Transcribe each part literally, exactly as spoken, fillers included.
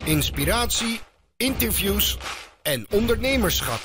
inspiratie, interviews en ondernemerschap.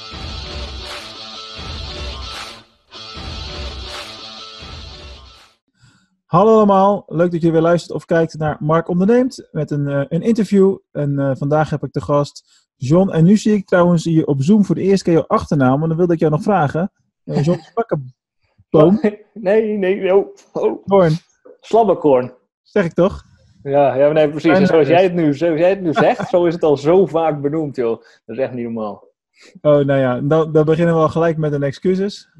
Hallo allemaal, leuk dat je weer luistert of kijkt naar Mark Onderneemt met een, uh, een interview. En uh, vandaag heb ik de gast John. En nu zie ik trouwens hier op Zoom voor de eerste keer jouw achternaam. En dan wilde ik jou nog vragen. Uh, John Slakkenboom. Nee, nee, oh, oh. Doorn. Slabbekorn. Zeg ik toch? Ja, ja nee, precies. En zoals jij het nu, zoals jij het nu zegt, zo is het al zo vaak benoemd, joh. Dat is echt niet normaal. Oh, nou ja, dan, dan beginnen we al gelijk met een excuses.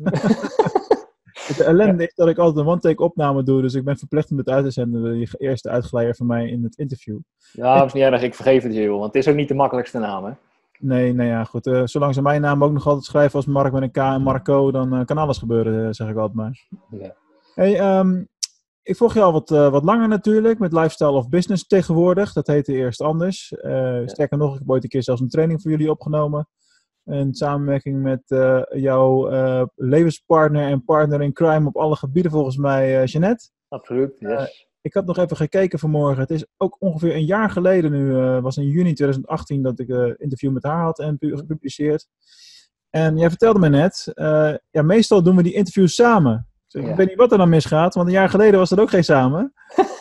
De ellende is dat ik altijd een one-take opname doe, dus ik ben verplicht om dit uit te zenden. De eerste uitgeleider van mij in het interview. Ja, dat is niet erg. Ik vergeef het je, joh. Want het is ook niet de makkelijkste naam, hè? Nee, nou ja, goed. Uh, zolang ze mijn naam ook nog altijd schrijven als Mark met een K en Marco, dan uh, kan alles gebeuren, uh, zeg ik altijd maar. Ja. Hey, um, ik volg je al wat, uh, wat langer natuurlijk, met Lifestyle of Business tegenwoordig. Dat heette eerst anders. Uh, ja. Sterker nog, ik heb ooit een keer zelfs een training voor jullie opgenomen. In samenwerking met uh, jouw uh, levenspartner en partner in crime op alle gebieden, volgens mij, uh, Jeanette. Absoluut, yes. Uh, ik had nog even gekeken vanmorgen. Het is ook ongeveer een jaar geleden nu. Het uh, was in juni twintig achttien dat ik een uh, interview met haar had en pu- gepubliceerd. En jij vertelde me net, uh, ja, meestal doen we die interviews samen. Dus ja. Ik weet niet wat er dan misgaat, want een jaar geleden was dat ook geen samen.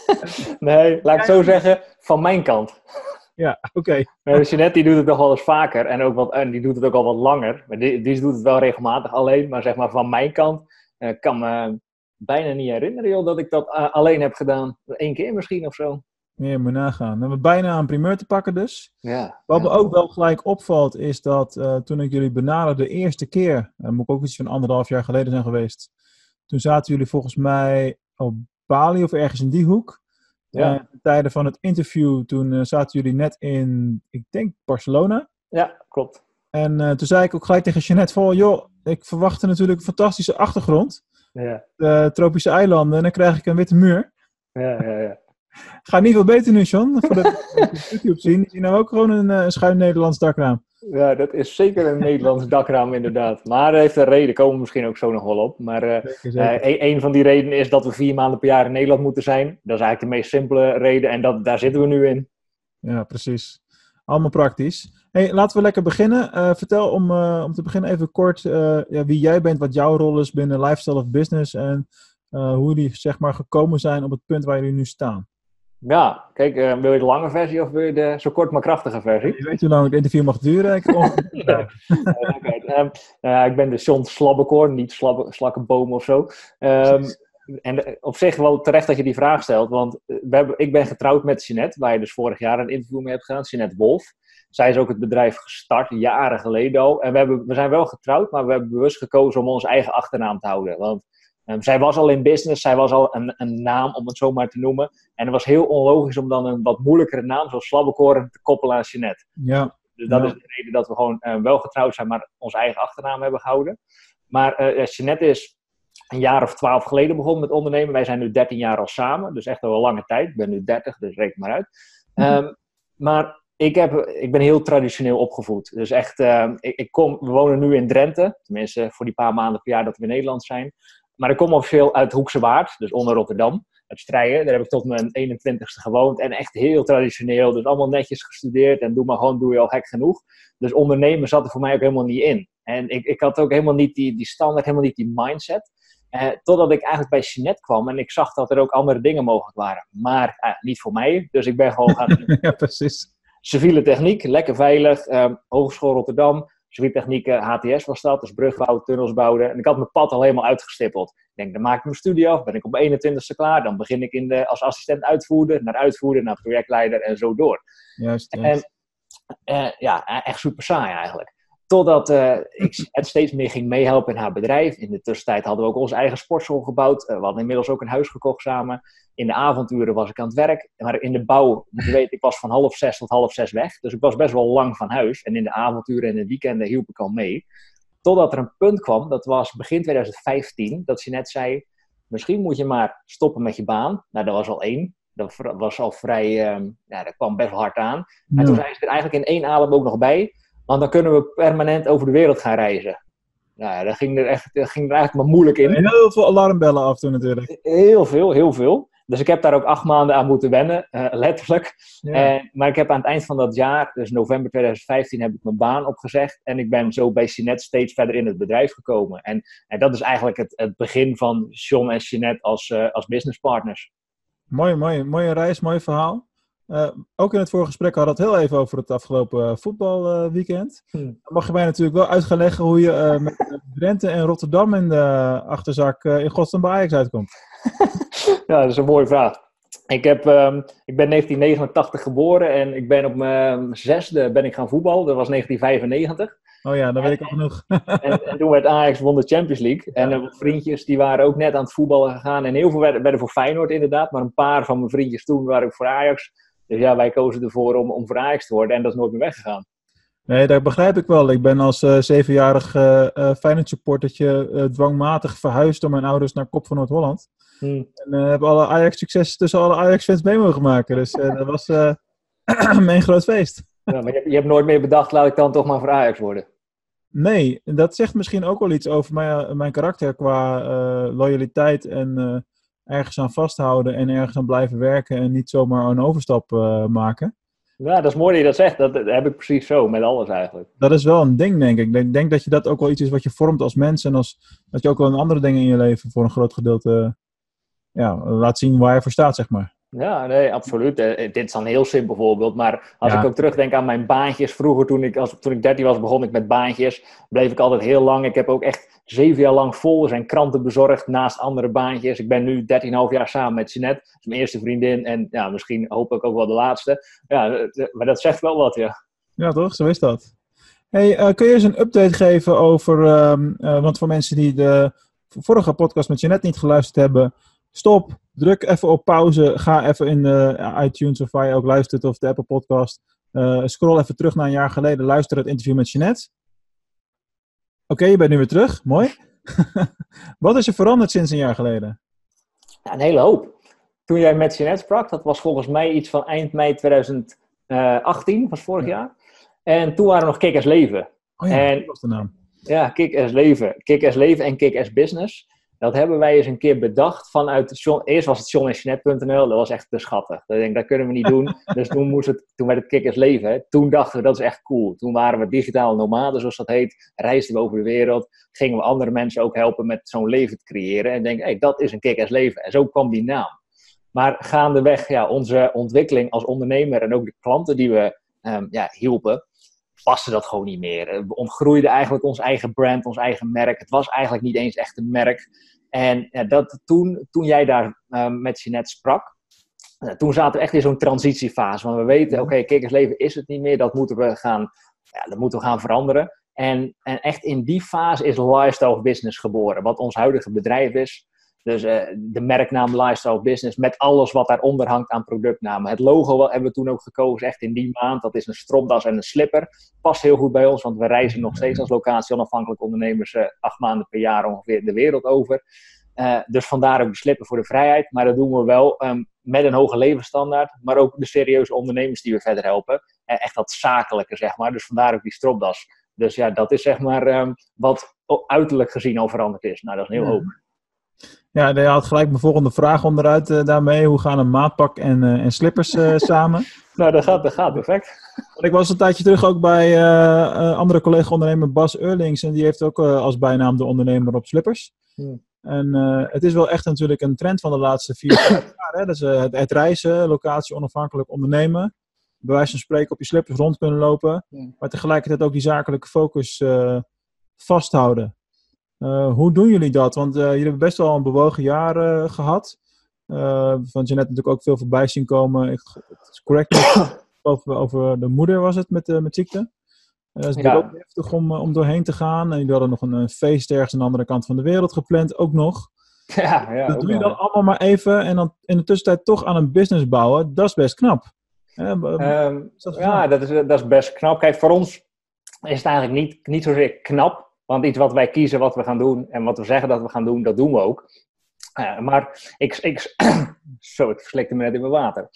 Nee, laat ik het zo zeggen, van mijn kant. Ja, oké. Okay. Jeanette die doet het nog wel eens vaker en, ook wat, en die doet het ook al wat langer. Maar die, die doet het wel regelmatig alleen, maar zeg maar van mijn kant uh, kan me bijna niet herinneren joh, dat ik dat uh, alleen heb gedaan. Eén keer misschien of zo. Nee, moet nagaan. We hebben bijna een primeur te pakken dus. Ja, Wat ja. me ook wel gelijk opvalt is dat uh, toen ik jullie benaderde de eerste keer, uh, moet ik ook iets van anderhalf jaar geleden zijn geweest. Toen zaten jullie volgens mij op Bali of ergens in die hoek. Ja. Uh, ten tijde van het interview, toen uh, zaten jullie net in, ik denk, Barcelona. Ja, klopt. En uh, toen zei ik ook gelijk tegen Jeanette van, joh, ik verwachtte natuurlijk een fantastische achtergrond. Ja. De tropische eilanden en dan krijg ik een witte muur. Ja, ja, ja. Gaat niet veel beter nu, John. Voor de YouTube zien, is hier nou ook gewoon een, een schuin Nederlands dakraam. Ja, dat is zeker een Nederlands dakraam inderdaad. Maar dat heeft een reden, komen we misschien ook zo nog wel op. Maar uh, zeker, zeker. Uh, een, een van die redenen is dat we vier maanden per jaar in Nederland moeten zijn. Dat is eigenlijk de meest simpele reden en dat, daar zitten we nu in. Ja, precies. Allemaal praktisch. Hey, laten we lekker beginnen. Uh, vertel om, uh, om te beginnen even kort uh, ja, wie jij bent, wat jouw rol is binnen Lifestyle of Business en uh, hoe jullie zeg maar gekomen zijn op het punt waar jullie nu staan. Ja, kijk, uh, wil je de lange versie of wil je de zo kort maar krachtige versie? Je weet hoe lang het interview mag duren. Ik, ja. uh, okay. um, uh, ik ben de John Slabbekorn, niet slabbe, Slakkenboom of zo. Um, en uh, op zich wel terecht dat je die vraag stelt, want we hebben, ik ben getrouwd met Jeanette, waar je dus vorig jaar een interview mee hebt gedaan, Jeanette Wolf. Zij is ook het bedrijf gestart, jaren geleden al. En we, hebben, we zijn wel getrouwd, maar we hebben bewust gekozen om onze eigen achternaam te houden. Want Um, zij was al in business, zij was al een, een naam, om het zo maar te noemen. En het was heel onlogisch om dan een wat moeilijkere naam, zoals Slabbekorn, te koppelen aan Jeanette. Ja. Dus dat ja. is de reden dat we gewoon uh, wel getrouwd zijn, maar onze eigen achternaam hebben gehouden. Maar uh, Jeanette is een jaar of twaalf geleden begonnen met ondernemen. Wij zijn nu dertien jaar al samen, dus echt al een lange tijd. Ik ben nu dertig, dus reken maar uit. Um, mm-hmm. Maar ik, heb, ik ben heel traditioneel opgevoed. Dus echt, uh, ik, ik kom, we wonen nu in Drenthe. Tenminste, voor die paar maanden per jaar dat we in Nederland zijn. Maar ik kom officieel uit Hoekse Waard, dus onder Rotterdam, uit Strijen. Daar heb ik tot mijn eenentwintigste gewoond en echt heel traditioneel. Dus allemaal netjes gestudeerd en doe maar gewoon, doe je al gek genoeg. Dus ondernemen zat er voor mij ook helemaal niet in. En ik, ik had ook helemaal niet die, die standaard, helemaal niet die mindset. Eh, totdat ik eigenlijk bij Jeanette kwam en ik zag dat er ook andere dingen mogelijk waren. Maar eh, niet voor mij, dus ik ben gewoon gaan... ja, precies. Civiele techniek, lekker veilig, eh, Hogeschool Rotterdam. Civiele techniek, H T S was dat, dus brugbouw, tunnels bouwen. En ik had mijn pad al helemaal uitgestippeld. Ik denk, dan maak ik mijn studie af, ben ik op mijn eenentwintigste klaar. Dan begin ik in de, als assistent uitvoerder, naar uitvoerder, naar projectleider en zo door. Juist, juist. En uh, ja, echt super saai eigenlijk. Totdat uh, ik het steeds meer ging meehelpen in haar bedrijf. In de tussentijd hadden we ook onze eigen sportschool gebouwd. Uh, we hadden inmiddels ook een huis gekocht samen. In de avonturen was ik aan het werk. Maar in de bouw, moet je weten, ik was van half zes tot half zes weg. Dus ik was best wel lang van huis. En in de avonturen en de weekenden hielp ik al mee. Totdat er een punt kwam, dat was begin twintig vijftien, dat ze net zei, misschien moet je maar stoppen met je baan. Nou, dat was al één. Dat was al vrij, um, ja, dat kwam best wel hard aan. Ja. En toen zei ze er eigenlijk in één adem ook nog bij, want dan kunnen we permanent over de wereld gaan reizen. Nou ja, dat ging er, echt, dat ging er eigenlijk maar moeilijk in. Heel veel alarmbellen af toen natuurlijk. Heel veel, heel veel. dus ik heb daar ook acht maanden aan moeten wennen, uh, letterlijk. Ja. Uh, maar ik heb aan het eind van dat jaar, dus november twintig vijftien, heb ik mijn baan opgezegd. En ik ben zo bij Jeanette steeds verder in het bedrijf gekomen. En, en dat is eigenlijk het, het begin van John en Jeanette als, uh, als businesspartners. Mooi, mooi, mooie reis, mooi verhaal. Uh, ook in het vorige gesprek hadden we het heel even over het afgelopen voetbalweekend. Uh, hmm. Dan mag je mij natuurlijk wel uit gaan leggen hoe je uh, met Drenthe en Rotterdam in de achterzak uh, in godsnaam bij Ajax uitkomt. Ja, dat is een mooie vraag. Ik, heb, um, ik ben negentien negenentachtig geboren en ik ben op mijn zesde ben ik gaan voetballen. Dat was negentien vijfennegentig. Oh ja, dat weet ik al genoeg. en, en toen werd Ajax won de Champions League. En uh, wat vriendjes die waren ook net aan het voetballen gegaan. En heel veel werden, werden voor Feyenoord inderdaad. Maar een paar van mijn vriendjes toen waren ook voor Ajax. Dus ja, wij kozen ervoor om, om voor Ajax te worden. En dat is nooit meer weggegaan. Nee, dat begrijp ik wel. Ik ben als uh, zevenjarig uh, uh, Feyenoord supportertje uh, dwangmatig verhuisd door mijn ouders naar Kop van Noord-Holland. Hmm. En uh, hebben alle Ajax-succes tussen alle Ajax-fans mee mogen maken. Dus uh, dat was uh, mijn groot feest. Ja, maar je, je hebt nooit meer bedacht, laat ik dan toch maar voor Ajax worden? Nee, dat zegt misschien ook wel iets over mijn, mijn karakter qua uh, loyaliteit en uh, ergens aan vasthouden en ergens aan blijven werken en niet zomaar een overstap uh, maken. Ja, dat is mooi dat je dat zegt. Dat, dat heb ik precies zo met alles eigenlijk. Dat is wel een ding, denk ik. Ik denk dat je dat ook wel iets is wat je vormt als mens en als, dat je ook wel een andere dingen in je leven voor een groot gedeelte ja, laat zien waar je voor staat, zeg maar. Ja, nee, absoluut. Uh, dit is dan een heel simpel voorbeeld. Maar als ja. ik ook terugdenk aan mijn baantjes. Vroeger, toen ik, als, toen ik dertien was, begon ik met baantjes. Bleef ik altijd heel lang. Ik heb ook echt zeven jaar lang vol zijn kranten bezorgd naast andere baantjes. Ik ben nu dertien komma vijf jaar samen met Jeanette. Dat is mijn eerste vriendin. En ja, misschien hoop ik ook wel de laatste. Ja, maar dat zegt wel wat, ja. Ja, toch? Zo is dat. Hey, uh, kun je eens een update geven over... Um, uh, want voor mensen die de vorige podcast met Jeanette niet geluisterd hebben... Stop, druk even op pauze, ga even in uh, iTunes of waar je ook luistert of de Apple Podcast. Uh, scroll even terug naar een jaar geleden, luister het interview met Jeanette. Oké, okay, je bent nu weer terug, mooi. Wat is er veranderd sinds een jaar geleden? Ja, een hele hoop. Toen jij met Jeanette sprak, dat was volgens mij iets van eind mei twintig achttien, was vorig ja. jaar. En toen waren we nog Kick-Ass Leven. Oh ja, en, dat was de naam. Ja, Kick-Ass Leven. Kick-Ass Leven en Kick-Ass Business. Dat hebben wij eens een keer bedacht vanuit... John, eerst was het john en jeanette punt n l. Dat was echt te schattig. Ik denk, dat kunnen we niet doen. Dus toen, moest het, toen werd het Kick-Ass Leven. Hè. Toen dachten we, dat is echt cool. Toen waren we digitale nomaden, zoals dat heet. Reisden we over de wereld. Gingen we andere mensen ook helpen met zo'n leven te creëren. En denken, hé, hey, dat is een Kick-Ass Leven. En zo kwam die naam. Maar gaandeweg, ja, onze ontwikkeling als ondernemer... en ook de klanten die we um, ja, hielpen... paste dat gewoon niet meer. We ontgroeiden eigenlijk ons eigen brand, ons eigen merk. Het was eigenlijk niet eens echt een merk. En ja, dat, toen, toen jij daar uh, met Jeanette sprak, uh, toen zaten we echt in zo'n transitiefase. Want we weten, oké, okay, Kick-Ass Leven is het niet meer. Dat moeten we gaan, ja, dat moeten we gaan veranderen. En, en echt in die fase is Lifestyle Business geboren. Wat ons huidige bedrijf is. Dus uh, de merknaam Lifestyle Business met alles wat daaronder hangt aan productnamen. Het logo hebben we toen ook gekozen, echt in die maand. Dat is een stropdas en een slipper. Past heel goed bij ons, want we reizen nog steeds als locatie-onafhankelijk ondernemers uh, acht maanden per jaar ongeveer de wereld over. Uh, dus vandaar ook de slipper voor de vrijheid. Maar dat doen we wel um, met een hoge levensstandaard. Maar ook de serieuze ondernemers die we verder helpen. Uh, echt dat zakelijke, zeg maar. Dus vandaar ook die stropdas. Dus ja, dat is zeg maar um, wat uiterlijk gezien al veranderd is. Nou, dat is een heel hoop. Ja, je had gelijk mijn volgende vraag onderuit uh, daarmee. Hoe gaan een maatpak en, uh, en slippers uh, samen? Nou, dat gaat, dat gaat perfect. Ik was een tijdje terug ook bij uh, uh, andere collega-ondernemer Bas Eurlings. En die heeft ook uh, als bijnaam de ondernemer op slippers. Hmm. En uh, het is wel echt natuurlijk een trend van de laatste vier jaar. Hè? Dat is uh, het, het reizen, locatie onafhankelijk ondernemen. Bij wijze van spreken op je slippers rond kunnen lopen. Hmm. Maar tegelijkertijd ook die zakelijke focus uh, vasthouden. Uh, hoe doen jullie dat? Want uh, jullie hebben best wel een bewogen jaar uh, gehad. Uh, want je net natuurlijk ook veel voorbij zien komen. Ik, het is correct. over, over de moeder was het met, uh, met ziekte. Uh, het is ja. ook heftig om, uh, om doorheen te gaan. En jullie hadden nog een, een feest ergens aan de andere kant van de wereld gepland. Ook nog. Ja, ja, dat doe je dan allemaal maar even. En dan in de tussentijd toch aan een business bouwen. Dat is best knap. Uh, um, is dat ja, dat is, dat is best knap. Kijk, voor ons is het eigenlijk niet, niet zozeer knap. Want iets wat wij kiezen, wat we gaan doen en wat we zeggen dat we gaan doen, dat doen we ook. Uh, maar ik, ik, zo, ik verslikte me net in mijn water.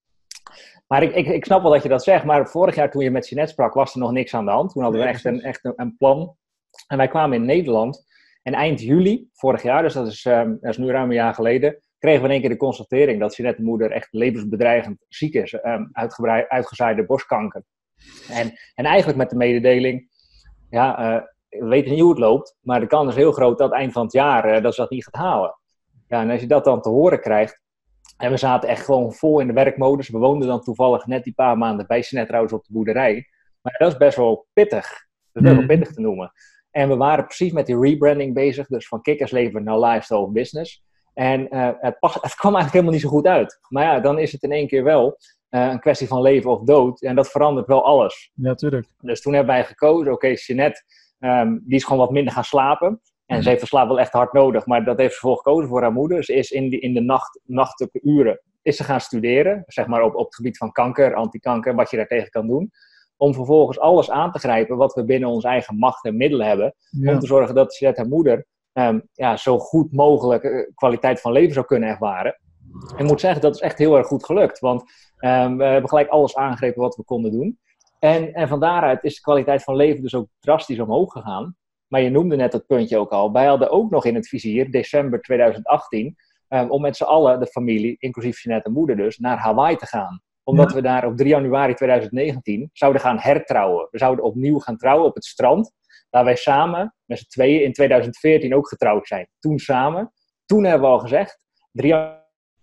Maar ik, ik, ik snap wel dat je dat zegt. Maar vorig jaar toen je met Jeanette sprak, was er nog niks aan de hand. Toen hadden we echt een, echt een, een plan. En wij kwamen in Nederland. En eind juli vorig jaar, dus dat is, um, dat is nu ruim een jaar geleden, kregen we in één keer de constatering dat Jeanette de moeder echt levensbedreigend ziek is. Um, uitgezaaide borstkanker. En, en eigenlijk met de mededeling, ja, uh, we weten niet hoe het loopt, maar de kans is heel groot dat eind van het jaar uh, dat ze dat niet gaat halen. Ja, en als je dat dan te horen krijgt, en we zaten echt gewoon vol in de werkmodus. We woonden dan toevallig net die paar maanden bij Jeanette trouwens op de boerderij. Maar dat is best wel pittig. Dat is best wel pittig te noemen. En we waren precies met die rebranding bezig. Dus van kikkersleven naar lifestyle of business. En uh, het, pas, het kwam eigenlijk helemaal niet zo goed uit. Maar ja, dan is het in één keer wel uh, een kwestie van leven of dood. En dat verandert wel alles. Ja, tuurlijk. Dus toen hebben wij gekozen, oké, okay, Jeanette, um, die is gewoon wat minder gaan slapen. En ze heeft de slaap wel echt hard nodig, maar dat heeft ze voor gekozen voor haar moeder. Ze is in, die, in de nacht, nachtelijke uren is ze gaan studeren, zeg maar op, op het gebied van kanker, antikanker, wat je daartegen kan doen. Om vervolgens alles aan te grijpen wat we binnen onze eigen macht en middelen hebben. Ja. Om te zorgen dat Jeanette, haar moeder, um, ja, zo goed mogelijk uh, kwaliteit van leven zou kunnen ervaren. En ik moet zeggen, dat is echt heel erg goed gelukt. Want um, we hebben gelijk alles aangegrepen wat we konden doen. En, en van daaruit is de kwaliteit van leven dus ook drastisch omhoog gegaan. Maar je noemde net dat puntje ook al. Wij hadden ook nog in het vizier, december tweeduizend achttien, um, om met z'n allen, de familie, inclusief Jeanette en moeder dus, naar Hawaii te gaan. Omdat ja. we daar op drie januari tweeduizend negentien zouden gaan hertrouwen. We zouden opnieuw gaan trouwen op het strand, waar wij samen, met z'n tweeën, in tweeduizend veertien ook getrouwd zijn. Toen samen. Toen hebben we al gezegd, drie jaar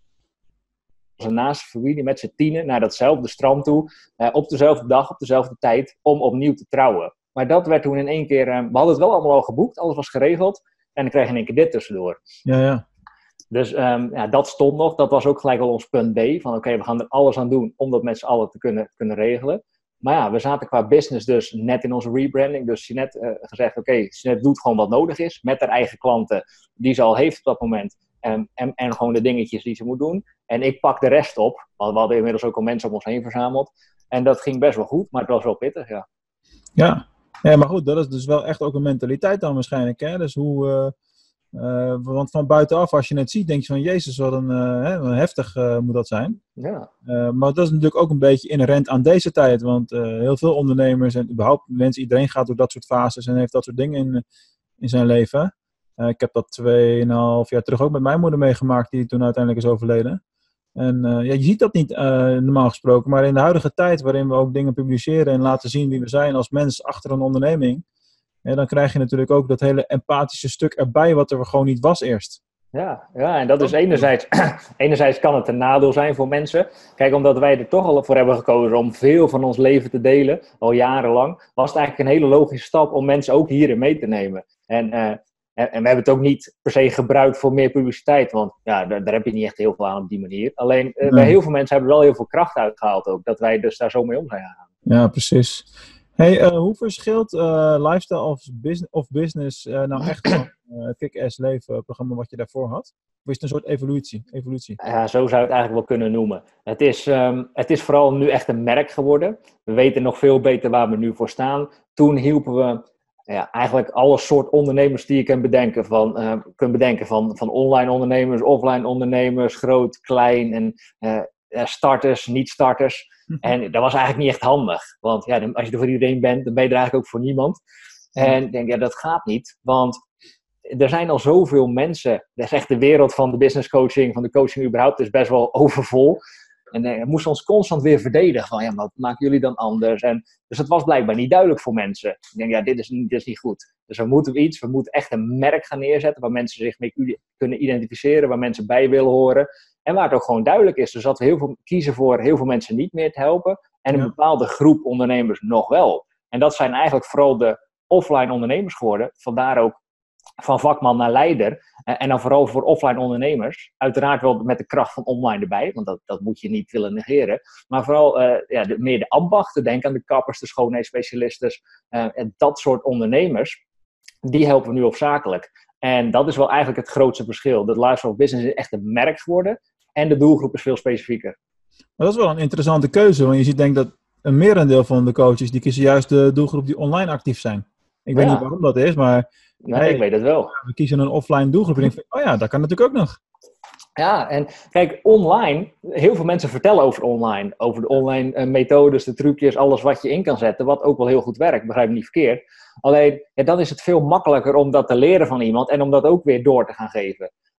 onze naaste familie met z'n tienen naar datzelfde strand toe, uh, op dezelfde dag, op dezelfde tijd, om opnieuw te trouwen. Maar dat werd toen in één keer... Uh, we hadden het wel allemaal al geboekt, alles was geregeld. En dan kreeg je in één keer dit tussendoor. Ja, ja. Dus um, ja, dat stond nog. Dat was ook gelijk wel ons punt B. Van oké, okay, we gaan er alles aan doen om dat met z'n allen te kunnen, kunnen regelen. Maar ja, we zaten qua business dus net in onze rebranding. Dus Jeanette uh, gezegd, oké, okay, Jeanette doet gewoon wat nodig is. Met haar eigen klanten die ze al heeft op dat moment. Um, en, en gewoon de dingetjes die ze moet doen. En ik pak de rest op. Want we hadden inmiddels ook al mensen om ons heen verzameld. En dat ging best wel goed, maar het was wel pittig, ja. Ja. Ja, maar goed, dat is dus wel echt ook een mentaliteit dan waarschijnlijk, hè? Dus hoe, uh, uh, want van buitenaf, als je het ziet, denk je van, Jezus, wat een, uh, hè, wat heftig uh, moet dat zijn. Ja. Uh, maar dat is natuurlijk ook een beetje inherent aan deze tijd, want uh, heel veel ondernemers en überhaupt mensen, iedereen gaat door dat soort fases en heeft dat soort dingen in, in zijn leven. Uh, ik heb dat tweeënhalf jaar terug ook met mijn moeder meegemaakt, die toen uiteindelijk is overleden. En uh, ja, je ziet dat niet uh, normaal gesproken, maar in de huidige tijd waarin we ook dingen publiceren en laten zien wie we zijn als mens achter een onderneming, ja, dan krijg je natuurlijk ook dat hele empathische stuk erbij wat er gewoon niet was eerst. Ja, ja, en dat is enerzijds, enerzijds kan het een nadeel zijn voor mensen. Kijk, omdat wij er toch al voor hebben gekozen om veel van ons leven te delen, al jarenlang, was het eigenlijk een hele logische stap om mensen ook hierin mee te nemen. En uh, En, en we hebben het ook niet per se gebruikt voor meer publiciteit, want ja, daar, daar heb je niet echt heel veel aan op die manier. Alleen uh, nee. bij heel veel mensen hebben we wel heel veel kracht uitgehaald ook, dat wij dus daar zo mee om zijn gegaan. Ja, precies. Hey, uh, hoe verschilt uh, Lifestyle of Business, of business uh, nou echt van uh, het Kick-Ass Leven programma wat je daarvoor had? Of is het een soort evolutie? evolutie? Ja, zo zou je het eigenlijk wel kunnen noemen. Het is, um, het is vooral nu echt een merk geworden. We weten nog veel beter waar we nu voor staan. Toen hielpen we ja, eigenlijk alle soort ondernemers die je kunt bedenken. Van, uh, kunt bedenken van, van online ondernemers, offline ondernemers, groot, klein en uh, starters, niet-starters. En dat was eigenlijk niet echt handig. Want ja, als je er voor iedereen bent, dan ben je er eigenlijk ook voor niemand. En ik denk, ja, dat gaat niet. Want er zijn al zoveel mensen. Dat is echt de wereld van de business coaching, van de coaching überhaupt, is best wel overvol. En uh, we moesten ons constant weer verdedigen. Van ja, maar wat maken jullie dan anders? En, dus dat was blijkbaar niet duidelijk voor mensen. Ik denk, ja, dit is, dit is niet goed. Dus we moeten iets, we moeten echt een merk gaan neerzetten waar mensen zich mee kunnen identificeren, waar mensen bij willen horen. En waar het ook gewoon duidelijk is. Dus dat we heel veel kiezen voor heel veel mensen niet meer te helpen. En een ja. bepaalde groep ondernemers nog wel. En dat zijn eigenlijk vooral de offline ondernemers geworden. Vandaar ook van vakman naar leider. En dan vooral voor offline ondernemers. Uiteraard wel met de kracht van online erbij. Want dat, dat moet je niet willen negeren. Maar vooral uh, ja, de, meer de ambachten. Denk aan de kappers, de schoonheidsspecialisten. Uh, en dat soort ondernemers. Die helpen we nu op zakelijk. En dat is wel eigenlijk het grootste verschil. Dat Lifestyle of Business is echt een merk geworden. En de doelgroep is veel specifieker. Maar dat is wel een interessante keuze. Want je ziet denk dat een merendeel van de coaches, die kiezen juist de doelgroep die online actief zijn. Ik weet ja. niet waarom dat is, maar nee, hey, ik weet het wel. We kiezen een offline doelgroep en ik denk, oh ja, dat kan natuurlijk ook nog. Ja, en kijk, online, heel veel mensen vertellen over online. Over de online uh, methodes, de trucjes, alles wat je in kan zetten. Wat ook wel heel goed werkt, begrijp me niet verkeerd. Alleen, ja, dan is het veel makkelijker om dat te leren van iemand en om dat ook weer door te gaan geven.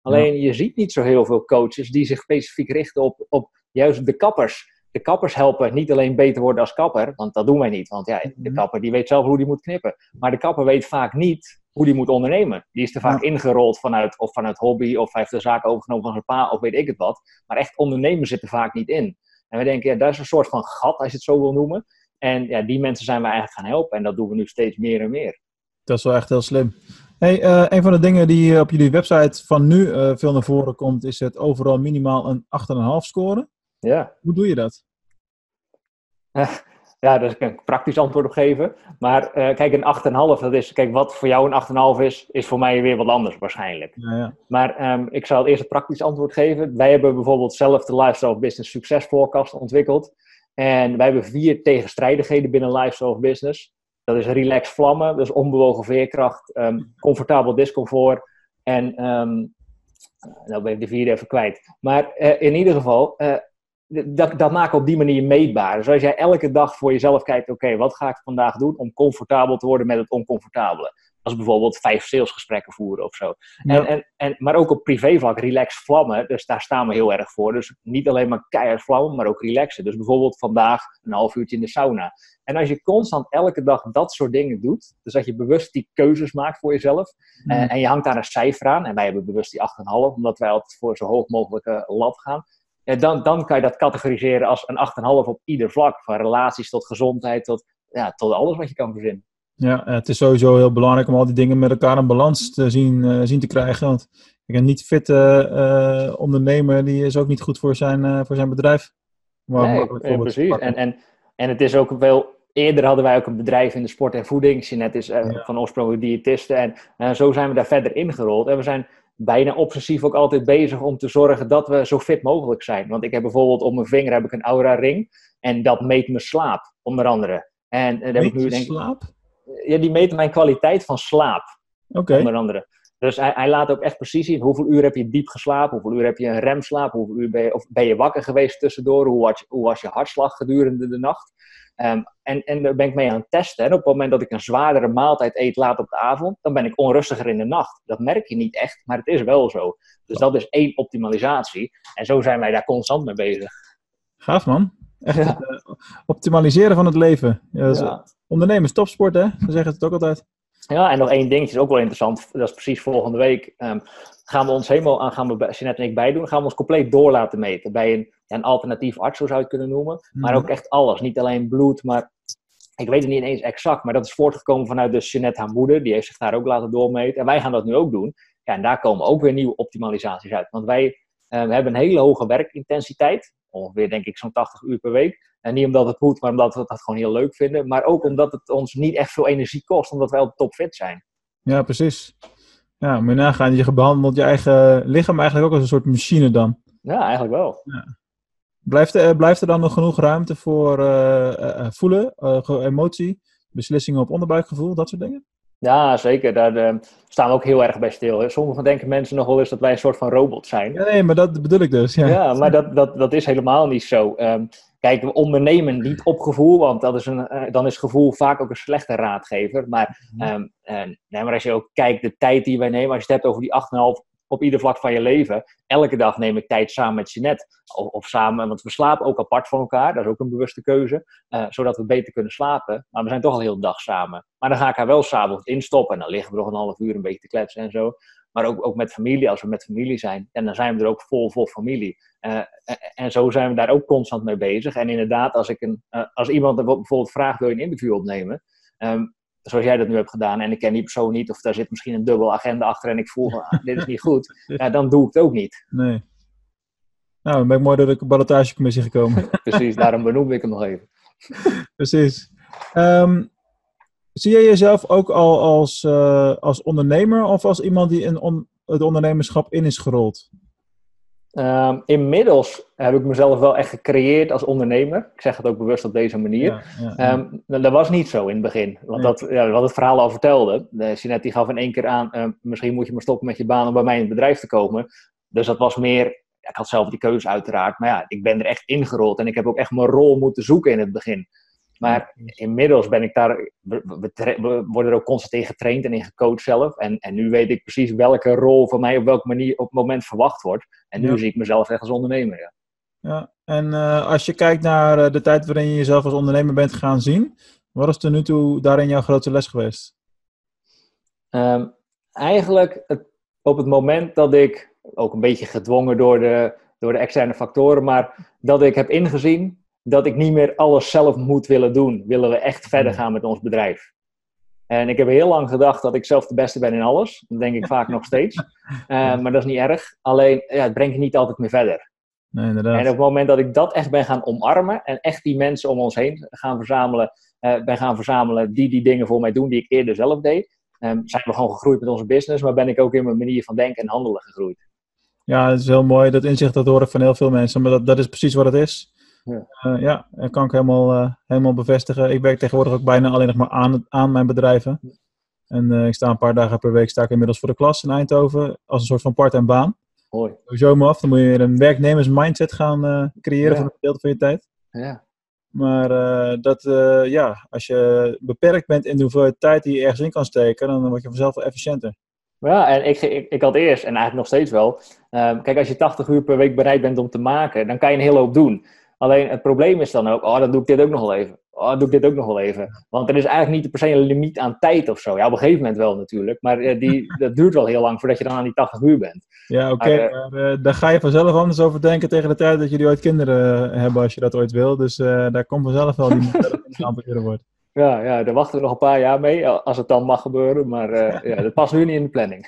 Alleen ja. je ziet niet zo heel veel coaches die zich specifiek richten op, op juist de kappers. De kappers helpen niet alleen beter worden als kapper, want dat doen wij niet. Want ja, de kapper die weet zelf hoe die moet knippen. Maar de kapper weet vaak niet hoe die moet ondernemen. Die is er vaak ja. ingerold vanuit, of vanuit hobby, of hij heeft de zaak overgenomen van zijn pa, of weet ik het wat. Maar echt ondernemen zit er vaak niet in. En we denken, ja, dat is een soort van gat, als je het zo wil noemen. En ja, die mensen zijn we eigenlijk gaan helpen. En dat doen we nu steeds meer en meer. Dat is wel echt heel slim. Hey, uh, een van de dingen die op jullie website van nu uh, veel naar voren komt, is het overal minimaal een acht komma vijf scoren. Ja. Hoe doe je dat? Ja, daar kan ik een praktisch antwoord op geven. Maar uh, kijk, een acht komma vijf, dat is, kijk, wat voor jou een acht komma vijf is, is voor mij weer wat anders waarschijnlijk. Ja, ja. Maar um, ik zal eerst een praktisch antwoord geven. Wij hebben bijvoorbeeld zelf de Lifestyle of Business Success Forecast ontwikkeld. En wij hebben vier tegenstrijdigheden binnen Lifestyle of Business. Dat is relax vlammen, dus onbewogen veerkracht, um, comfortabel discomfort en, um, nou ben ik de vierde even kwijt. Maar uh, in ieder geval, uh, dat, dat maken we op die manier meetbaar. Dus als jij elke dag voor jezelf kijkt, oké, okay, wat ga ik vandaag doen om comfortabel te worden met het oncomfortabele? Als bijvoorbeeld vijf salesgesprekken voeren of zo. Ja. En, en, en, maar ook op privévlak, relax vlammen, dus daar staan we heel erg voor. Dus niet alleen maar keihard vlammen, maar ook relaxen. Dus bijvoorbeeld vandaag een half uurtje in de sauna. En als je constant elke dag dat soort dingen doet, dus dat je bewust die keuzes maakt voor jezelf, mm. uh, en je hangt daar een cijfer aan, en wij hebben bewust die acht komma vijf, omdat wij altijd voor zo hoog mogelijke lat gaan, uh, dan, dan kan je dat categoriseren als een acht komma vijf op ieder vlak, van relaties tot gezondheid, tot, ja, tot alles wat je kan verzinnen. Ja, het is sowieso heel belangrijk om al die dingen met elkaar in balans te zien, uh, zien te krijgen. Want een niet fitte uh, ondernemer, die is ook niet goed voor zijn, uh, voor zijn bedrijf. Maar nee, ja, precies. En, en, en het is ook wel... Eerder hadden wij ook een bedrijf in de sport en voeding. Jeanette is uh, ja. van oorsprong diëtiste. En uh, zo zijn we daar verder ingerold. En we zijn bijna obsessief ook altijd bezig om te zorgen dat we zo fit mogelijk zijn. Want ik heb bijvoorbeeld op mijn vinger heb ik een Aura ring. En dat meet mijn slaap, onder andere. En, uh, meet heb ik nu, je denk, slaap? Ja, die meet mijn kwaliteit van slaap. Okay. Onder andere. Dus hij, hij laat ook echt precies zien hoeveel uur heb je diep geslapen, hoeveel uur heb je een remslaap, hoeveel uur ben je, of ben je wakker geweest tussendoor, hoe was, hoe was je hartslag gedurende de nacht. Um, en, en daar ben ik mee aan het testen. En op het moment dat ik een zwaardere maaltijd eet laat op de avond, dan ben ik onrustiger in de nacht. Dat merk je niet echt, maar het is wel zo. Dus dat is één optimalisatie. En zo zijn wij daar constant mee bezig. Gaaf man. Echt ja. het uh, optimaliseren van het leven. Ja, dat is, ja. Ondernemers, topsport hè? We zeggen het ook altijd. Ja, en nog één dingetje is ook wel interessant. Dat is precies volgende week. Um, gaan we ons helemaal aan, gaan we Jeanette en ik bijdoen. Gaan we ons compleet door laten meten. Bij een, ja, een alternatief arts, zo zou je het kunnen noemen. Mm-hmm. Maar ook echt alles. Niet alleen bloed, maar ik weet het niet eens exact. Maar dat is voortgekomen vanuit dus Jeanette, haar moeder. Die heeft zich daar ook laten doormeten. En wij gaan dat nu ook doen. Ja, en daar komen ook weer nieuwe optimalisaties uit. Want wij uh, we hebben een hele hoge werkintensiteit. Ongeveer denk ik zo'n tachtig uur per week. En niet omdat het moet, maar omdat we dat gewoon heel leuk vinden. Maar ook omdat het ons niet echt veel energie kost, omdat wij op topfit zijn. Ja, precies. Ja, moet je nagaan. Je behandelt je eigen lichaam eigenlijk ook als een soort machine dan. Ja, eigenlijk wel. Ja. Blijft, er, blijft er dan nog genoeg ruimte voor uh, uh, voelen, uh, emotie, beslissingen op onderbuikgevoel, dat soort dingen? Ja, zeker. Daar uh, staan we ook heel erg bij stil. Hè. Sommigen denken mensen nog wel eens dat wij een soort van robot zijn. Ja, nee, maar dat bedoel ik dus. Ja, ja maar dat, dat, dat is helemaal niet zo. Um, kijk, we ondernemen niet op gevoel, want dat is een, uh, dan is gevoel vaak ook een slechte raadgever. Maar, um, uh, nee, maar als je ook kijkt, de tijd die wij nemen, als je het hebt over die acht komma vijf op ieder vlak van je leven. Elke dag neem ik tijd samen met Jeanette. Of, of samen, want we slapen ook apart van elkaar. Dat is ook een bewuste keuze. Uh, zodat we beter kunnen slapen. Maar we zijn toch al heel de dag samen. Maar dan ga ik haar wel s'avonds instoppen. En dan liggen we nog een half uur een beetje te kletsen en zo. Maar ook, ook met familie, als we met familie zijn. En dan zijn we er ook vol, vol familie. Uh, en zo zijn we daar ook constant mee bezig. En inderdaad, als, ik een, uh, als iemand bijvoorbeeld vraagt, wil je een interview opnemen? Um, zoals jij dat nu hebt gedaan, en ik ken die persoon niet, of daar zit misschien een dubbel agenda achter en ik voel van, ah, dit is niet goed, ja, dan doe ik het ook niet. Nee. Nou, dan ben ik mooi door de ballotagecommissie gekomen. Precies, daarom benoem ik hem nog even. Precies. Um, zie jij jezelf ook al als, uh, als ondernemer of als iemand die in on- het ondernemerschap in is gerold? Um, inmiddels heb ik mezelf wel echt gecreëerd als ondernemer. Ik zeg het ook bewust op deze manier. Ja, ja, ja. Um, dat was niet zo in het begin. Want ja. dat, ja, wat het verhaal al vertelde. De Jeanette die gaf in één keer aan, uh, misschien moet je maar stoppen met je baan om bij mij in het bedrijf te komen. Dus dat was meer, ja, ik had zelf die keuze uiteraard. Maar ja, ik ben er echt ingerold. En ik heb ook echt mijn rol moeten zoeken in het begin. Maar inmiddels ben ik daar, we, we, tra- we worden er ook constant in getraind en in gecoacht zelf. En, en nu weet ik precies welke rol van mij op welke manier op het moment verwacht wordt. En nu Ja. zie ik mezelf echt als ondernemer. Ja. Ja, en uh, als je kijkt naar uh, de tijd waarin je jezelf als ondernemer bent gaan zien, wat is tot nu toe daarin jouw grote les geweest? Um, eigenlijk het, op het moment dat ik, ook een beetje gedwongen door de, door de externe factoren, maar dat ik heb ingezien dat ik niet meer alles zelf moet willen doen, willen we echt verder gaan met ons bedrijf. En ik heb heel lang gedacht dat ik zelf de beste ben in alles. Dat denk ik vaak nog steeds. Uh, maar dat is niet erg. Alleen, ja, het brengt je niet altijd meer verder. Nee, inderdaad. En op het moment dat ik dat echt ben gaan omarmen en echt die mensen om ons heen gaan verzamelen, uh, ben gaan verzamelen die die dingen voor mij doen die ik eerder zelf deed, um, zijn we gewoon gegroeid met onze business, maar ben ik ook in mijn manier van denken en handelen gegroeid. Ja, dat is heel mooi. Dat inzicht, dat hoor ik van heel veel mensen, maar dat, dat is precies wat het is. Ja, uh, ja dat kan ik helemaal, uh, helemaal bevestigen. Ik werk tegenwoordig ook bijna alleen nog maar aan, aan mijn bedrijven. En uh, ik sta een paar dagen per week sta ik inmiddels voor de klas in Eindhoven als een soort van part-time baan. Mooi. Sowieso me af. Dan moet je weer een werknemersmindset gaan uh, creëren Ja. voor een gedeelte van je tijd. Ja. Maar uh, dat, uh, ja, als je beperkt bent in de hoeveelheid tijd die je ergens in kan steken, dan word je vanzelf wel efficiënter. Ja, en ik, ik, ik had eerst, en eigenlijk nog steeds wel, uh, kijk, als je tachtig uur per week bereid bent om te maken, dan kan je een hele hoop doen. Alleen het probleem is dan ook, oh, dan doe ik dit ook nog wel even. Oh, dan doe ik dit ook nog wel even. Want er is eigenlijk niet per se een limiet aan tijd of zo. Ja, op een gegeven moment wel natuurlijk. Maar uh, die, dat duurt wel heel lang voordat je dan aan die tachtig uur bent. Ja, oké. Okay, maar, uh, maar uh, daar ga je vanzelf anders over denken tegen de tijd dat jullie ooit kinderen uh, hebben, als je dat ooit wil. Dus uh, daar komt vanzelf wel die een aantal uren wordt. Ja, ja, daar wachten we nog een paar jaar mee, als het dan mag gebeuren. Maar uh, ja, dat past nu niet in de planning.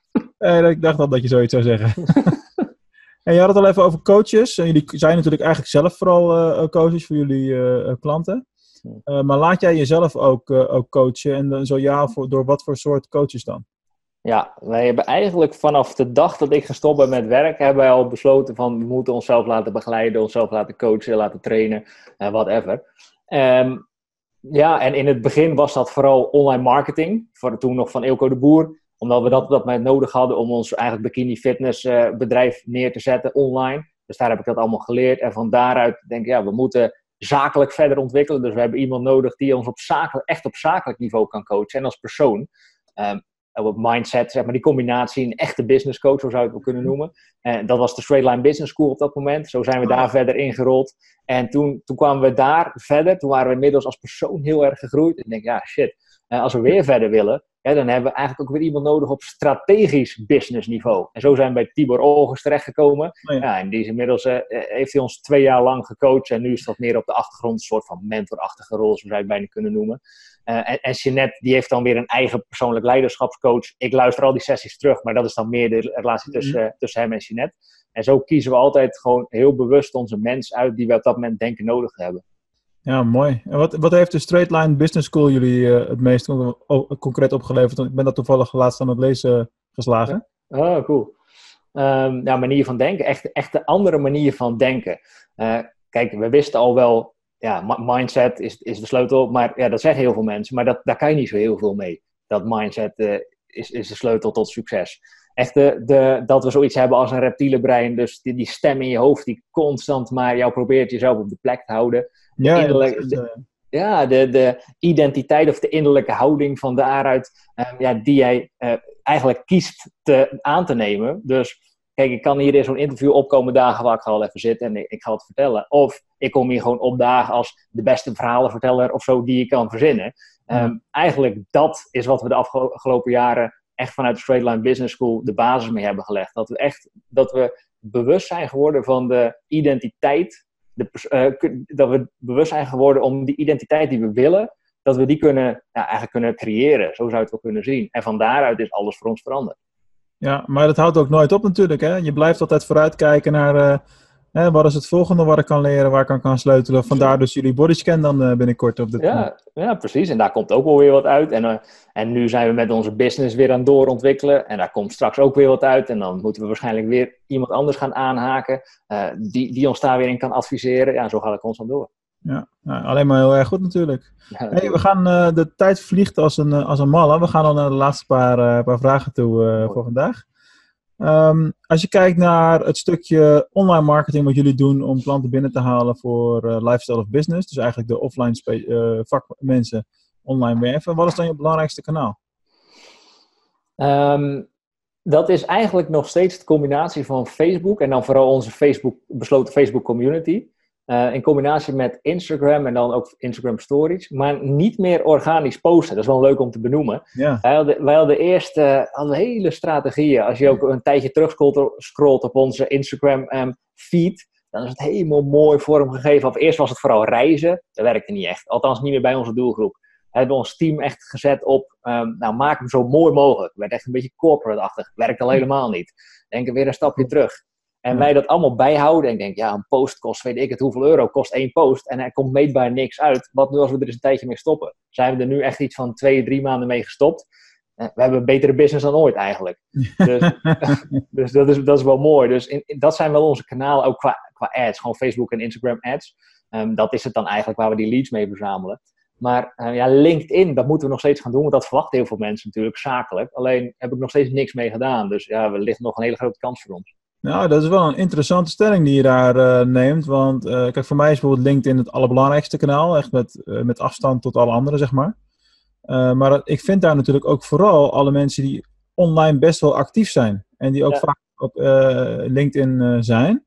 uh, ik dacht al dat je zoiets zou zeggen. En je had het al even over coaches. En jullie zijn natuurlijk eigenlijk zelf vooral uh, coaches voor jullie uh, klanten. Uh, maar laat jij jezelf ook, uh, ook coachen? En dan zo ja, voor, door wat voor soort coaches dan? Ja, wij hebben eigenlijk vanaf de dag dat ik gestopt ben met werk, hebben wij al besloten van we moeten onszelf laten begeleiden, onszelf laten coachen, laten trainen, uh, whatever. Um, ja, en in het begin was dat vooral online marketing, voor toen nog van Eelco de Boer. Omdat we dat op dat moment nodig hadden om ons eigenlijk bikini fitness uh, bedrijf neer te zetten online. Dus daar heb ik dat allemaal geleerd. En van daaruit denk ik, ja, we moeten zakelijk verder ontwikkelen. Dus we hebben iemand nodig die ons op zakelijk, echt op zakelijk niveau kan coachen. En als persoon, um, op mindset, zeg maar, die combinatie, een echte business coach, zo zou je het wel kunnen noemen. En dat was de Straight Line Business School op dat moment. Zo zijn we daar verder ingerold. En toen, toen kwamen we daar verder. Toen waren we inmiddels als persoon heel erg gegroeid. En ik denk, ja, shit. Uh, als we weer verder willen, ja, dan hebben we eigenlijk ook weer iemand nodig op strategisch business niveau. En zo zijn we bij Tibor Olgers terechtgekomen. Oh ja. Ja, en die is inmiddels, uh, heeft hij ons twee jaar lang gecoacht. En nu is dat meer op de achtergrond, een soort van mentorachtige rol, zo zou je het bijna kunnen noemen. Uh, en, en Jeanette, die heeft dan weer een eigen persoonlijk leiderschapscoach. Ik luister al die sessies terug, maar dat is dan meer de relatie tussen, uh, tussen hem en Jeanette. En zo kiezen we altijd gewoon heel bewust onze mens uit die we op dat moment denken nodig hebben. Ja, mooi. En wat, wat heeft de Straight Line Business School jullie uh, het meest con- o- concreet opgeleverd? Want ik ben dat toevallig laatst aan het lezen uh, geslagen. Oh, cool. Um, ja, manier van denken. Echt, echt een andere manier van denken. Uh, kijk, we wisten al wel, ja, mindset is, is de sleutel. Maar ja, dat zeggen heel veel mensen. Maar dat, daar kan je niet zo heel veel mee. Dat mindset uh, is, is de sleutel tot succes. Echt de, de, dat we zoiets hebben als een reptiele brein. Dus die, die stem in je hoofd die constant maar jou probeert jezelf op de plek te houden. De ja, innerlijke, de, ja de, de identiteit of de innerlijke houding van daaruit um, ja, die jij uh, eigenlijk kiest te, aan te nemen. Dus kijk, ik kan hier in zo'n interview opkomen dagen waar ik ga al even zitten en ik, ik ga het vertellen. Of ik kom hier gewoon opdagen als de beste verhalenverteller of zo die je kan verzinnen. Um, mm. Eigenlijk dat is wat we de afgelopen jaren echt vanuit de Straight Line Business School de basis mee hebben gelegd. Dat we echt dat we bewust zijn geworden van de identiteit. De, uh, dat we bewust zijn geworden om die identiteit die we willen, dat we die kunnen, ja, eigenlijk kunnen creëren. Zo zou je het wel kunnen zien. En van daaruit is alles voor ons veranderd. Ja, maar dat houdt ook nooit op natuurlijk. Hè? Je blijft altijd vooruitkijken naar uh, hè, wat is het volgende waar ik kan leren, waar ik aan kan sleutelen. Vandaar dus jullie bodyscan dan uh, binnenkort op dit ja, moment. Ja, precies. En daar komt ook wel weer wat uit. En, uh, en nu zijn we met onze business weer aan het doorontwikkelen. En daar komt straks ook weer wat uit. En dan moeten we waarschijnlijk weer iemand anders gaan aanhaken. Uh, die, die ons daar weer in kan adviseren. Ja, zo gaat het constant door. Ja, nou, alleen maar heel erg goed natuurlijk. Ja, hey, we gaan, uh, de tijd vliegt als een, uh, als een malle. We gaan al naar de laatste paar, uh, paar vragen toe uh, voor vandaag. Um, als je kijkt naar het stukje online marketing wat jullie doen om klanten binnen te halen voor uh, lifestyle of business, dus eigenlijk de offline spe- uh, vakmensen online werven, wat is dan je belangrijkste kanaal? Um, dat is eigenlijk nog steeds de combinatie van Facebook en dan vooral onze Facebook, besloten Facebook community. Uh, in combinatie met Instagram en dan ook Instagram stories. Maar niet meer organisch posten. Dat is wel leuk om te benoemen. Ja. Wij hadden, wij hadden eerst uh, hadden hele strategieën. Als je ook een tijdje terugscrollt op onze Instagram um, feed. Dan is het helemaal mooi vormgegeven. Of eerst was het vooral reizen. Dat werkte niet echt. Althans niet meer bij onze doelgroep. We hebben ons team echt gezet op, um, nou maak hem zo mooi mogelijk. Het werd echt een beetje corporate-achtig. Werkt al helemaal niet. Denk er weer een stapje terug. En ja. wij dat allemaal bijhouden. En ik denk, ja, een post kost, weet ik het, hoeveel euro kost één post. En er komt meetbaar niks uit. Wat nu als we er eens een tijdje mee stoppen? Zijn we er nu echt iets van twee, drie maanden mee gestopt? Uh, we hebben een betere business dan ooit eigenlijk. Dus, dus dat, is, dat is wel mooi. Dus in, in, dat zijn wel onze kanalen, ook qua, qua ads. Gewoon Facebook en Instagram ads. Um, dat is het dan eigenlijk waar we die leads mee verzamelen. Maar uh, ja, LinkedIn, dat moeten we nog steeds gaan doen. Want dat verwachten heel veel mensen natuurlijk, zakelijk. Alleen heb ik nog steeds niks mee gedaan. Dus ja, er ligt nog een hele grote kans voor ons. Nou, dat is wel een interessante stelling die je daar uh, neemt. Want uh, kijk, voor mij is bijvoorbeeld LinkedIn het allerbelangrijkste kanaal. Echt met, uh, met afstand tot alle anderen, zeg maar. Uh, maar ik vind daar natuurlijk ook vooral alle mensen die online best wel actief zijn. En die ook ja. vaak op uh, LinkedIn uh, zijn.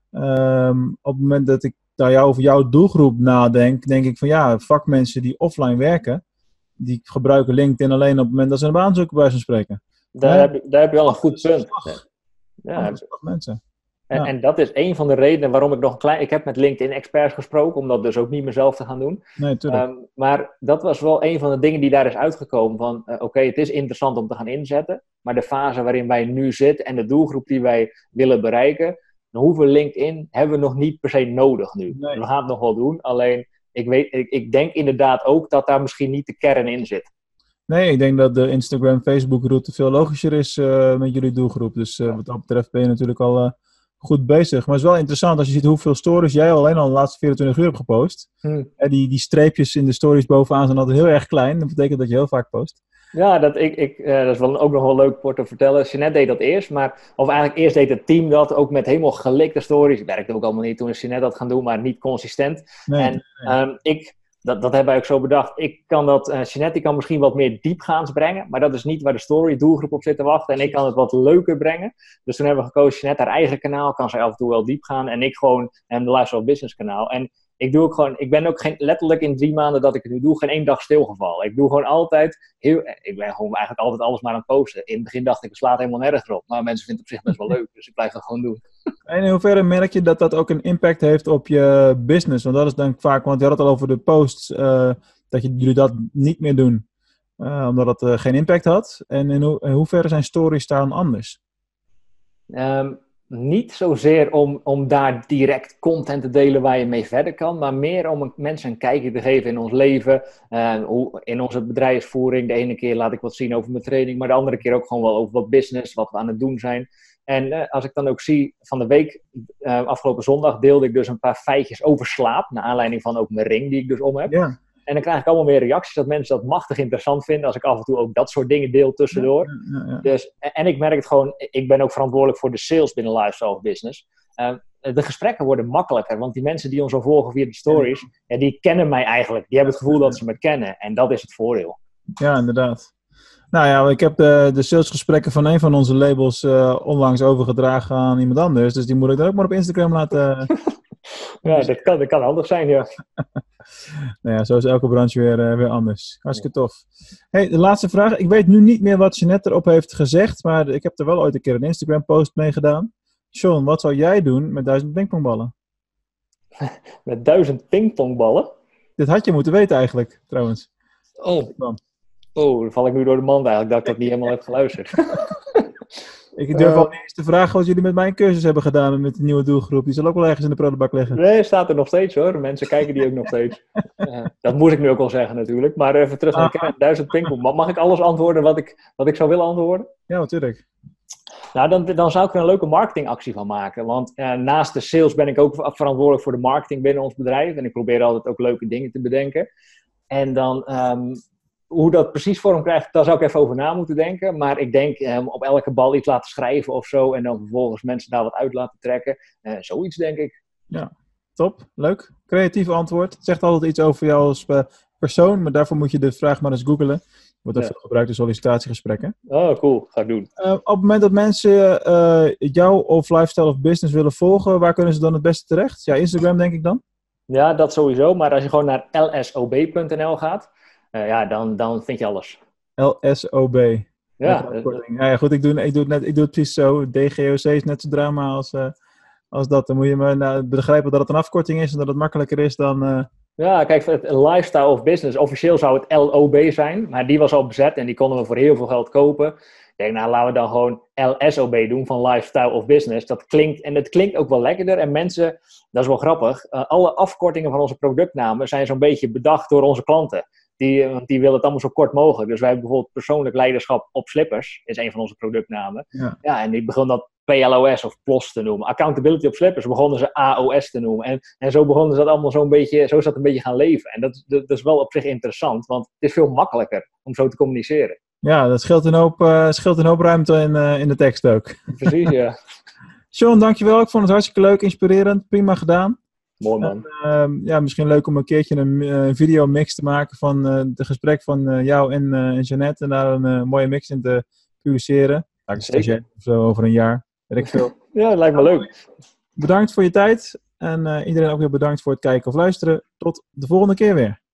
Um, op het moment dat ik daar jou over jouw doelgroep nadenk, denk ik van ja, vakmensen die offline werken, die gebruiken LinkedIn alleen op het moment dat ze een baan zoeken, bij zo'n spreken. Daar, ja. heb je, daar heb je wel een goed punt. Ja, mensen. En, ja. en dat is een van de redenen waarom ik nog een klein... Ik heb met LinkedIn-experts gesproken, om dat dus ook niet meer zelf te gaan doen. Nee, tuurlijk. Um, maar dat was wel een van de dingen die daar is uitgekomen. Van, uh, oké, okay, het is interessant om te gaan inzetten, maar de fase waarin wij nu zitten en de doelgroep die wij willen bereiken, dan hoeven LinkedIn hebben we nog niet per se nodig nu. Nee. We gaan het nog wel doen, alleen ik, weet, ik, ik denk inderdaad ook dat daar misschien niet de kern in zit. Nee, ik denk dat de Instagram-Facebook-route veel logischer is uh, met jullie doelgroep. Dus uh, wat dat betreft ben je natuurlijk al uh, goed bezig. Maar het is wel interessant als je ziet hoeveel stories jij alleen al de laatste vierentwintig uur hebt gepost. Hmm. En die, die streepjes in de stories bovenaan zijn altijd heel erg klein. Dat betekent dat je heel vaak post. Ja, dat, ik, ik, uh, dat is wel ook nog wel leuk voor te vertellen. Jeanette deed dat eerst, maar, of eigenlijk eerst deed het team dat, ook met helemaal gelikte stories. Het werkte ook allemaal niet toen Jeanette dat gaan doen, maar niet consistent. Nee, en nee. Um, ik... Dat, dat hebben wij ook zo bedacht. Ik kan dat, uh, Jeanette die kan misschien wat meer diepgaans brengen, maar dat is niet waar de story doelgroep op zit te wachten. En ik kan het wat leuker brengen. Dus toen hebben we gekozen, Jeanette haar eigen kanaal, kan zij af en toe wel diep gaan. En ik gewoon um, de Lifestyle Business kanaal. En ik doe ook gewoon, ik ben ook geen, letterlijk in drie maanden dat ik het nu doe, geen één dag stilgevallen. Ik doe gewoon altijd, heel, ik ben gewoon eigenlijk altijd alles maar aan het posten. In het begin dacht ik, het slaat helemaal nergens op. Maar mensen vinden het op zich best wel leuk, dus ik blijf dat gewoon doen. En in hoeverre merk je dat dat ook een impact heeft op je business? Want dat is dan vaak, want je had het al over de posts, uh, dat je, jullie dat niet meer doen, uh, omdat het uh, geen impact had. En in, ho- in hoeverre zijn stories daar dan anders? Um, niet zozeer om, om daar direct content te delen waar je mee verder kan, maar meer om mensen een kijkje te geven in ons leven, uh, hoe, in onze bedrijfsvoering. De ene keer laat ik wat zien over mijn training, maar de andere keer ook gewoon wel over wat business, wat we aan het doen zijn. En uh, als ik dan ook zie, van de week, uh, afgelopen zondag, deelde ik dus een paar feitjes over slaap, naar aanleiding van ook mijn ring die ik dus om heb. Ja. En dan krijg ik allemaal weer reacties dat mensen dat machtig interessant vinden, als ik af en toe ook dat soort dingen deel tussendoor. Ja, ja, ja. Dus, en ik merk het gewoon, ik ben ook verantwoordelijk voor de sales binnen Lifestyle Business. Uh, de gesprekken worden makkelijker, want die mensen die ons al volgen via de stories, ja, die kennen mij eigenlijk. Die hebben het gevoel dat ze me kennen en dat is het voordeel. Ja, inderdaad. Nou ja, ik heb de, de salesgesprekken van een van onze labels uh, onlangs overgedragen aan iemand anders. Dus die moet ik dan ook maar op Instagram laten... ja, dat kan, dat kan handig zijn, ja. Nou ja, zo is elke branche weer, uh, weer anders. Hartstikke tof. Hey, de laatste vraag. Ik weet nu niet meer wat Jeanette erop heeft gezegd, maar ik heb er wel ooit een keer een Instagram post mee gedaan. Sean, wat zou jij doen met duizend pingpongballen? Met duizend pingpongballen? Dit had je moeten weten eigenlijk, trouwens. Oh. Oh, dan val ik nu door de mand eigenlijk, dat ik dat niet helemaal heb geluisterd. Ik durf uh, al niet eens te vragen wat jullie met mijn cursus hebben gedaan met de nieuwe doelgroep. Die zal ook wel ergens in de prullenbak liggen. Nee, staat er nog steeds hoor. Mensen kijken die ook nog steeds. Uh, dat moet ik nu ook wel zeggen natuurlijk. Maar even terug naar de kern. Duizend pingpong. Mag ik alles antwoorden wat ik, wat ik zou willen antwoorden? Ja, natuurlijk. Nou, dan, dan zou ik er een leuke marketingactie van maken. Want uh, naast de sales ben ik ook verantwoordelijk voor de marketing binnen ons bedrijf. En ik probeer altijd ook leuke dingen te bedenken. En dan... Um, hoe dat precies vorm krijgt, daar zou ik even over na moeten denken. Maar ik denk um, op elke bal iets laten schrijven of zo. En dan vervolgens mensen daar wat uit laten trekken. Uh, zoiets denk ik. Ja, top. Leuk. Creatief antwoord. Het zegt altijd iets over jou als uh, persoon. Maar daarvoor moet je de vraag maar eens googlen. Wordt ook Ja. veel gebruikt in sollicitatiegesprekken. Oh, cool. Ga ik doen. Uh, op het moment dat mensen uh, jou of Lifestyle of Business willen volgen, waar kunnen ze dan het beste terecht? Ja, Instagram denk ik dan. Ja, dat sowieso. Maar als je gewoon naar l s o b punt n l gaat, uh, ja, dan, dan vind je alles. L S O B. Ja, Ja, ja, goed, ik doe, ik, doe het net, ik doe het precies zo. D G O C is net zo drama als, uh, als dat. Dan moet je me nou, begrijpen dat het een afkorting is en dat het makkelijker is dan... Uh... Ja, kijk, het Lifestyle of Business, officieel zou het L O B zijn, maar die was al bezet en die konden we voor heel veel geld kopen. Ik denk, nou, laten we dan gewoon L S O B doen van Lifestyle of Business. Dat klinkt, en het klinkt ook wel lekkerder. En mensen, dat is wel grappig, uh, alle afkortingen van onze productnamen zijn zo'n beetje bedacht door onze klanten. Die, want die willen het allemaal zo kort mogelijk. Dus wij hebben bijvoorbeeld persoonlijk leiderschap op slippers, is een van onze productnamen. Ja. Ja, en die begon dat P L O S of P L O S te noemen. Accountability op slippers begonnen ze A O S te noemen. En, en zo begonnen ze dat allemaal zo'n beetje, zo is dat een beetje gaan leven. En dat, dat, dat is wel op zich interessant, want het is veel makkelijker om zo te communiceren. Ja, dat scheelt een hoop, uh, scheelt een hoop ruimte in, uh, in de tekst ook. Precies, ja. Sean, dankjewel. Ik vond het hartstikke leuk, inspirerend. Prima gedaan. Mooi man. En, uh, ja, misschien leuk om een keertje een uh, videomix te maken van uh, het gesprek van uh, jou en, uh, en Jeannette. En daar een uh, mooie mix in te publiceren. Nou, Zeker. Of zo over een jaar. Weet ik veel. Ja, dat lijkt me leuk. Bedankt voor je tijd. En uh, iedereen ook weer bedankt voor het kijken of luisteren. Tot de volgende keer weer.